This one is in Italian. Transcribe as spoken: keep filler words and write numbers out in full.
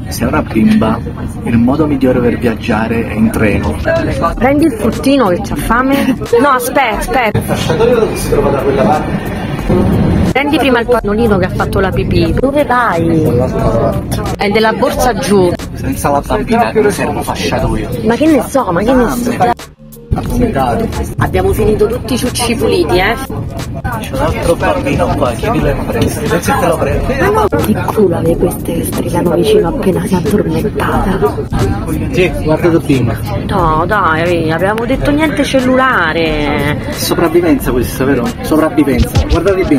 sei una bimba, il modo migliore per viaggiare è in treno. Prendi il fruttino che c'ha fame. No, aspetta, aspetta. Il fasciatoio dove si trova da quella parte? Prendi prima il pannolino che ha fatto la pipì. Dove vai? È della borsa giù. Senza la bambina che serve fasciatoio. Ma che ne so, ma che ne so. Comitato. Abbiamo finito tutti i ciucci puliti, eh? C'è un altro bambino qua, chiedilo in prestito, pensi che te lo prende? Ma no, di culo avere queste che strillano vicino appena si è addormentata. Sì, guarda tu prima. No, dai, avevamo detto niente cellulare. Sopravvivenza questa, vero? Sopravvivenza. Guardate bene.